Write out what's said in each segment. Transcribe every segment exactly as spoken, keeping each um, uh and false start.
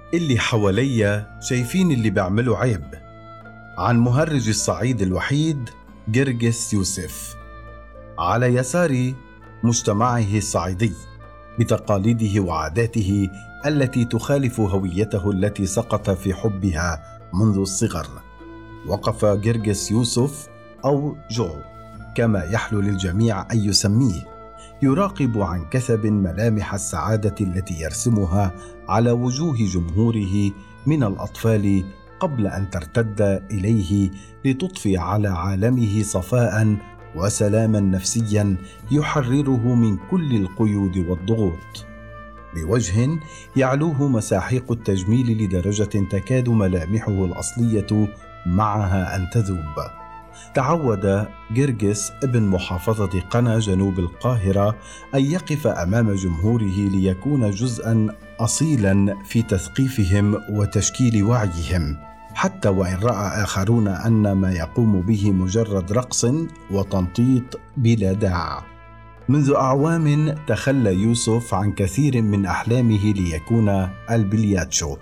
اللي حواليا شايفين اللي بعمله عيب. عن مهرج الصعيد الوحيد جرجس يوسف. على يسار مجتمعه الصعيدي بتقاليده وعاداته التي تخالف هويته التي سقط في حبها منذ الصغر، وقف جرجس يوسف أو جو كما يحلو للجميع أن يسميه، يراقب عن كثب ملامح السعادة التي يرسمها على وجوه جمهوره من الأطفال قبل أن ترتد إليه لتضفي على عالمه صفاء وسلاما نفسيا يحرره من كل القيود والضغوط، بوجه يعلوه مساحيق التجميل لدرجة تكاد ملامحه الأصلية معها أن تذوب. تعود جرجس ابن محافظة قنا جنوب القاهرة أن يقف أمام جمهوره ليكون جزءا أصيلا في تثقيفهم وتشكيل وعيهم، حتى وإن رأى آخرون أن ما يقوم به مجرد رقص وتنطيط بلا داعي. منذ أعوام تخلى يوسف عن كثير من أحلامه ليكون البلياتشو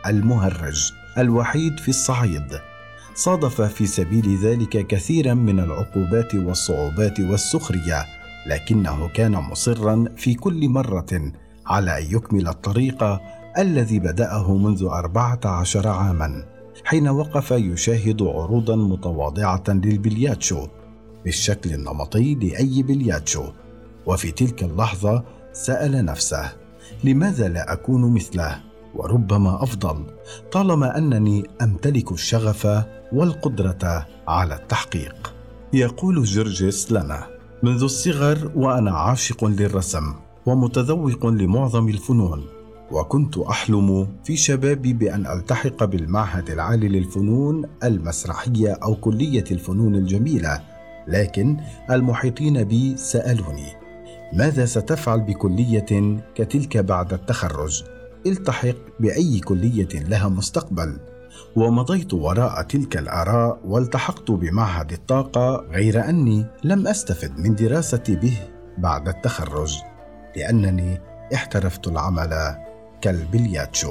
المهرج الوحيد في الصعيد. صادف في سبيل ذلك كثيرا من العقوبات والصعوبات والسخرية، لكنه كان مصرا في كل مرة على أن يكمل الطريق الذي بدأه منذ أربعة عشر عاما، حين وقف يشاهد عروضا متواضعة للبلياتشو بالشكل النمطي لأي بلياتشو. وفي تلك اللحظة سأل نفسه: لماذا لا أكون مثله؟ وربما أفضل، طالما أنني أمتلك الشغف والقدرة على التحقيق. يقول جرجس لنا: منذ الصغر وأنا عاشق للرسم ومتذوق لمعظم الفنون، وكنت أحلم في شبابي بأن ألتحق بالمعهد العالي للفنون المسرحية أو كلية الفنون الجميلة، لكن المحيطين بي سألوني: ماذا ستفعل بكلية كتلك بعد التخرج؟ التحق بأي كلية لها مستقبل. ومضيت وراء تلك الآراء والتحقت بمعهد الطاقة، غير أني لم أستفد من دراستي به بعد التخرج، لأنني احترفت العمل كالبلياتشو.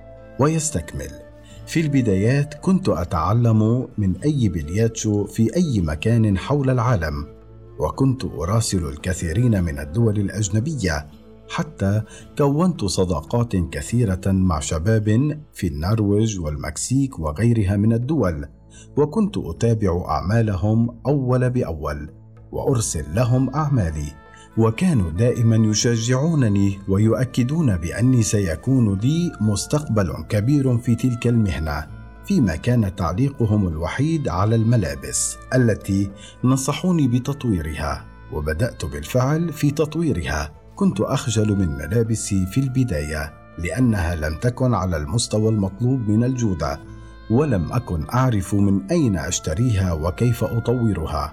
ويستكمل: في البدايات كنت أتعلم من أي بلياتشو في أي مكان حول العالم، وكنت أراسل الكثيرين من الدول الأجنبية، حتى كونت صداقات كثيرة مع شباب في النرويج والمكسيك وغيرها من الدول، وكنت أتابع أعمالهم أول بأول وأرسل لهم أعمالي، وكانوا دائما يشجعونني ويؤكدون بأني سيكون لي مستقبل كبير في تلك المهنة، فيما كان تعليقهم الوحيد على الملابس التي نصحوني بتطويرها، وبدأت بالفعل في تطويرها. كنت أخجل من ملابسي في البداية لأنها لم تكن على المستوى المطلوب من الجودة، ولم أكن أعرف من أين أشتريها وكيف أطورها،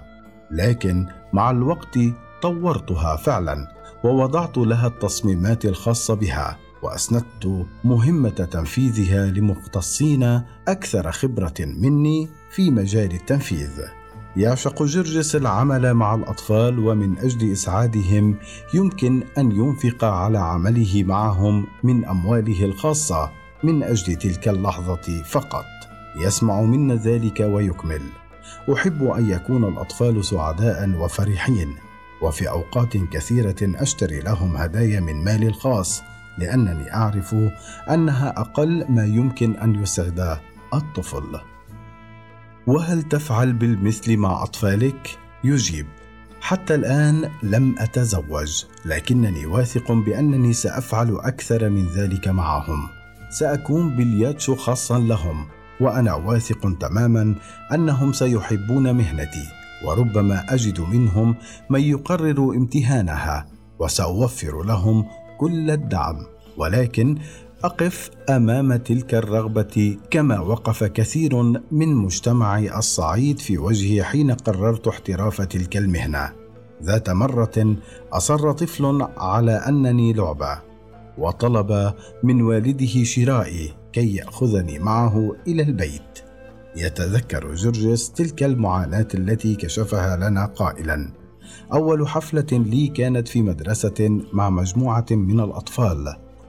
لكن مع الوقت طورتها فعلا ووضعت لها التصميمات الخاصة بها، وأسندت مهمة تنفيذها لمختصين أكثر خبرة مني في مجال التنفيذ. يعشق جرجس العمل مع الأطفال، ومن أجل إسعادهم يمكن أن ينفق على عمله معهم من أمواله الخاصة من أجل تلك اللحظة فقط. يسمع منا ذلك ويكمل: أحب أن يكون الأطفال سعداء وفرحين، وفي أوقات كثيرة أشتري لهم هدايا من مالي الخاص، لأنني أعرف أنها أقل ما يمكن أن يسعد الطفل. وهل تفعل بالمثل مع أطفالك؟ يجيب: حتى الآن لم أتزوج، لكنني واثق بأنني سأفعل أكثر من ذلك معهم. سأكون بلياتشو خاصا لهم، وأنا واثق تماما أنهم سيحبون مهنتي، وربما أجد منهم من يقرر امتهانها، وسأوفر لهم كل الدعم. ولكن أقف أمام تلك الرغبة كما وقف كثير من مجتمع الصعيد في وجهي حين قررت احتراف تلك المهنة. ذات مرة أصر طفل على أنني لعبة، وطلب من والده شرائي كي يأخذني معه إلى البيت. يتذكر جرجس تلك المعاناة التي كشفها لنا قائلا: أول حفلة لي كانت في مدرسة مع مجموعة من الأطفال،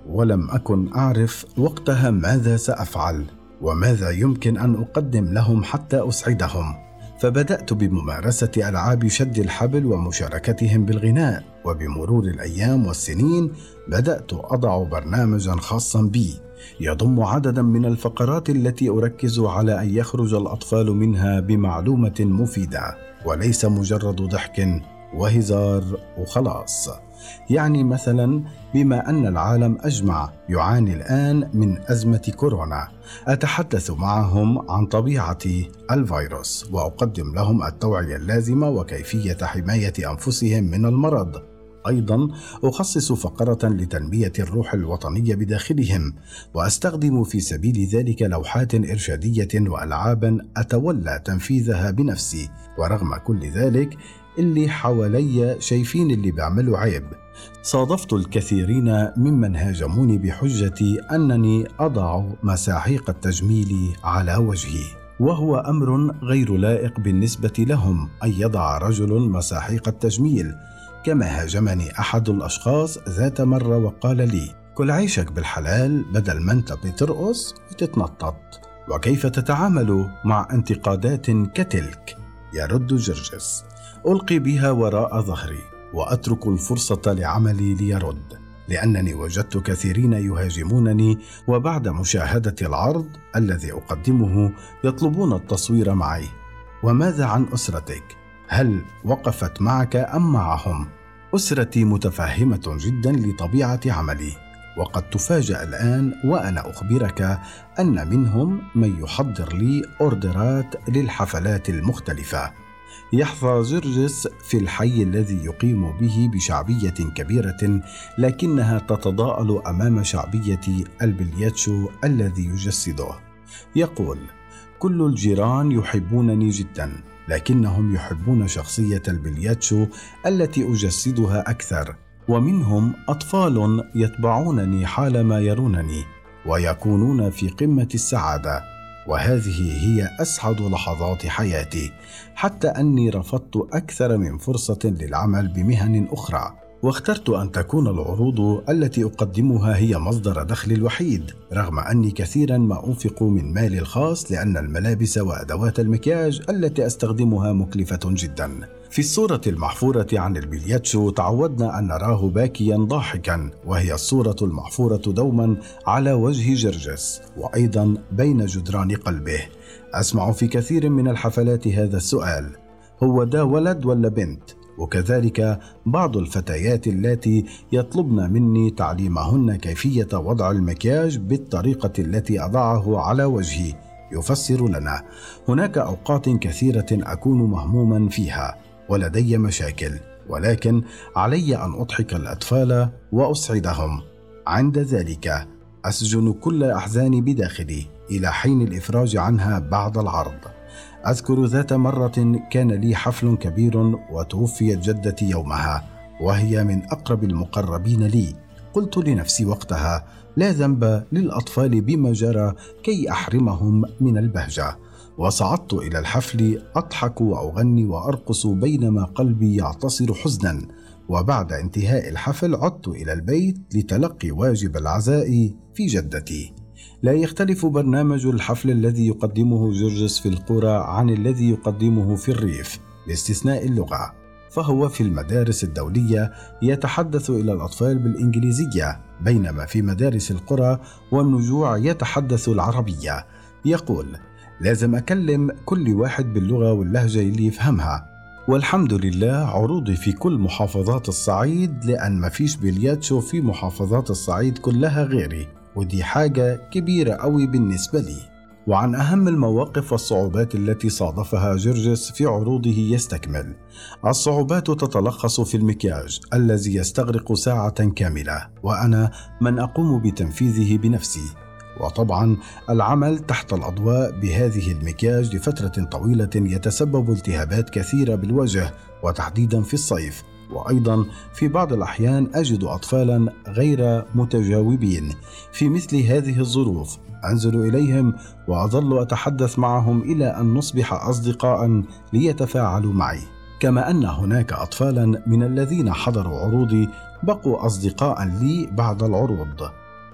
ولم أكن أعرف وقتها ماذا سأفعل وماذا يمكن أن أقدم لهم حتى أسعدهم، فبدأت بممارسة ألعاب شد الحبل ومشاركتهم بالغناء. وبمرور الأيام والسنين بدأت أضع برنامجا خاصا بي يضم عددا من الفقرات التي أركز على أن يخرج الأطفال منها بمعلومة مفيدة وليس مجرد ضحك وهزار وخلاص. يعني مثلا بما أن العالم أجمع يعاني الآن من أزمة كورونا، أتحدث معهم عن طبيعة الفيروس وأقدم لهم التوعية اللازمة وكيفية حماية أنفسهم من المرض. أيضا أخصص فقرة لتنمية الروح الوطنية بداخلهم، وأستخدم في سبيل ذلك لوحات إرشادية وألعابا أتولى تنفيذها بنفسي. ورغم كل ذلك اللي حوالي شايفين اللي بعملوا عيب، صادفت الكثيرين ممن هاجموني بحجة أنني أضع مساحيق التجميل على وجهي، وهو أمر غير لائق بالنسبة لهم أن يضع رجل مساحيق التجميل. كما هاجمني أحد الأشخاص ذات مرة وقال لي: كل عيشك بالحلال بدل ما أنت بترقص وتتنطط. وكيف تتعامل مع انتقادات كتلك؟ يرد جرجس: ألقي بها وراء ظهري وأترك الفرصة لعملي ليرد، لأنني وجدت كثيرين يهاجمونني وبعد مشاهدة العرض الذي أقدمه يطلبون التصوير معي. وماذا عن أسرتك؟ هل وقفت معك أم معهم؟ أسرتي متفهمة جدا لطبيعة عملي، وقد تفاجأ الآن وأنا أخبرك أن منهم من يحضر لي أوردرات للحفلات المختلفة. يحظى جرجس في الحي الذي يقيم به بشعبية كبيرة، لكنها تتضاءل أمام شعبية البلياتشو الذي يجسده. يقول: كل الجيران يحبونني جدا، لكنهم يحبون شخصية البلياتشو التي أجسدها أكثر، ومنهم أطفال يتبعونني حالما يرونني ويكونون في قمة السعادة، وهذه هي أسعد لحظات حياتي، حتى أني رفضت أكثر من فرصة للعمل بمهن أخرى، واخترت أن تكون العروض التي أقدمها هي مصدر دخلي الوحيد، رغم أني كثيرا ما أنفق من مالي الخاص، لأن الملابس وأدوات المكياج التي أستخدمها مكلفة جدا. في الصورة المحفورة عن البلياتشو تعودنا أن نراه باكيا ضاحكا، وهي الصورة المحفورة دوما على وجه جرجس وأيضا بين جدران قلبه. أسمع في كثير من الحفلات هذا السؤال: هو ده ولد ولا بنت؟ وكذلك بعض الفتيات اللاتي يطلبن مني تعليمهن كيفية وضع المكياج بالطريقة التي أضعه على وجهي. يفسر لنا: هناك أوقات كثيرة أكون مهموما فيها ولدي مشاكل، ولكن علي أن أضحك الأطفال وأسعدهم. عند ذلك أسجن كل أحزاني بداخلي إلى حين الإفراج عنها بعد العرض. أذكر ذات مرة كان لي حفل كبير وتوفيت جدتي يومها، وهي من أقرب المقربين لي. قلت لنفسي وقتها: لا ذنب للأطفال بما جرى كي أحرمهم من البهجة. وصعدت إلى الحفل أضحك وأغني وأرقص بينما قلبي يعتصر حزنا. وبعد انتهاء الحفل عدت إلى البيت لتلقي واجب العزاء في جدتي. لا يختلف برنامج الحفل الذي يقدمه جرجس في القرى عن الذي يقدمه في الريف باستثناء اللغة، فهو في المدارس الدولية يتحدث إلى الأطفال بالإنجليزية، بينما في مدارس القرى والنجوع يتحدث العربية. يقول: لازم أكلم كل واحد باللغة واللهجة اللي يفهمها. والحمد لله عروضي في كل محافظات الصعيد، لأن مفيش بلياتشو في محافظات الصعيد كلها غيري، ودي حاجة كبيرة قوي بالنسبة لي. وعن أهم المواقف والصعوبات التي صادفها جرجس في عروضه يستكمل: الصعوبات تتلخص في المكياج الذي يستغرق ساعة كاملة، وأنا من أقوم بتنفيذه بنفسي. وطبعا العمل تحت الأضواء بهذه المكياج لفترة طويلة يتسبب التهابات كثيرة بالوجه، وتحديدا في الصيف. وأيضا في بعض الأحيان أجد أطفالا غير متجاوبين. في مثل هذه الظروف أنزل إليهم وأظل أتحدث معهم إلى أن نصبح أصدقاء ليتفاعلوا معي. كما أن هناك أطفالا من الذين حضروا عروضي بقوا أصدقاء لي بعد العروض.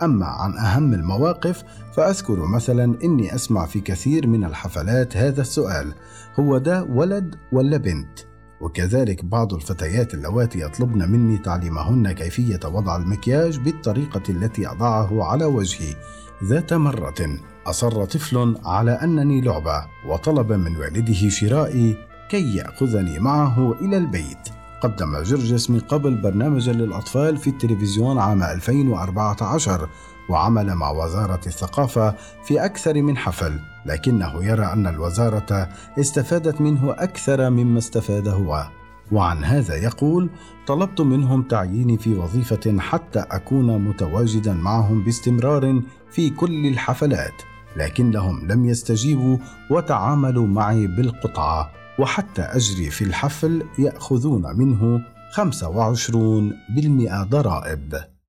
أما عن أهم المواقف فأذكر مثلا إني أسمع في كثير من الحفلات هذا السؤال: هو ده ولد ولا بنت؟ وكذلك بعض الفتيات اللواتي يطلبن مني تعليمهن كيفية وضع المكياج بالطريقة التي أضعه على وجهي. ذات مرة أصر طفل على أنني لعبة وطلب من والده شرائي كي يأخذني معه إلى البيت. قدم جرجس من قبل برنامجا للأطفال في التلفزيون عام ألفين وأربعة عشر، وعمل مع وزارة الثقافة في أكثر من حفل، لكنه يرى أن الوزارة استفادت منه أكثر مما استفاد هو. وعن هذا يقول: طلبت منهم تعييني في وظيفة حتى أكون متواجدا معهم باستمرار في كل الحفلات، لكنهم لم يستجيبوا وتعاملوا معي بالقطعة، وحتى أجري في الحفل يأخذون منه خمسة وعشرين بالمئة ضرائب.